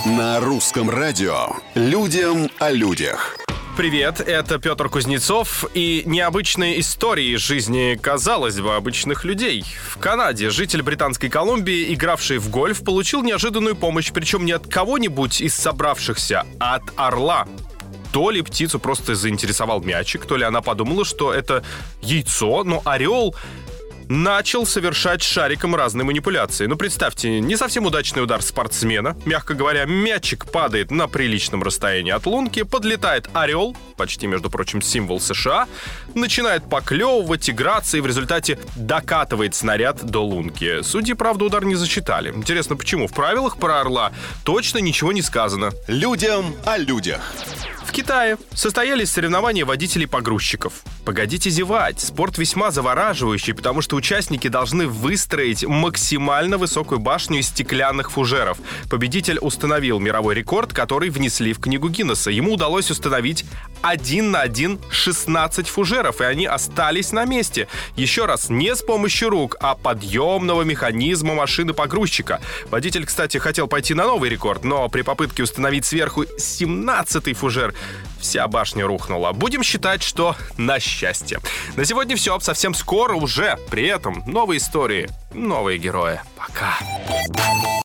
На русском радио «Людям о людях». Привет, это Петр Кузнецов и необычные истории из жизни, казалось бы, обычных людей. В Канаде житель Британской Колумбии, игравший в гольф, получил неожиданную помощь, причем не от кого-нибудь из собравшихся, а от орла. То ли птицу просто заинтересовал мячик, то ли она подумала, что это яйцо, но орел начал совершать с шариком разные манипуляции. Ну, представьте, не совсем удачный удар спортсмена. Мягко говоря, мячик падает на приличном расстоянии от лунки, подлетает орел, почти, между прочим, символ США, начинает поклевывать, играться и в результате докатывает снаряд до лунки. Судьи, правда, удар не засчитали. Интересно, почему? В правилах про орла точно ничего не сказано. Людям о людях. В Китае состоялись соревнования водителей-погрузчиков. Погодите зевать, спорт весьма завораживающий, потому что участники должны выстроить максимально высокую башню из стеклянных фужеров. Победитель установил мировой рекорд, который внесли в книгу Гиннесса. Ему удалось установить 1 на 1 16 фужеров, и они остались на месте. Еще раз, не с помощью рук, а подъемного механизма машины-погрузчика. Водитель, кстати, хотел пойти на новый рекорд, но при попытке установить сверху 17-й фужер вся башня рухнула. Будем считать, что на счастье. На сегодня все. Совсем скоро уже. При этом новые истории, новые герои. Пока.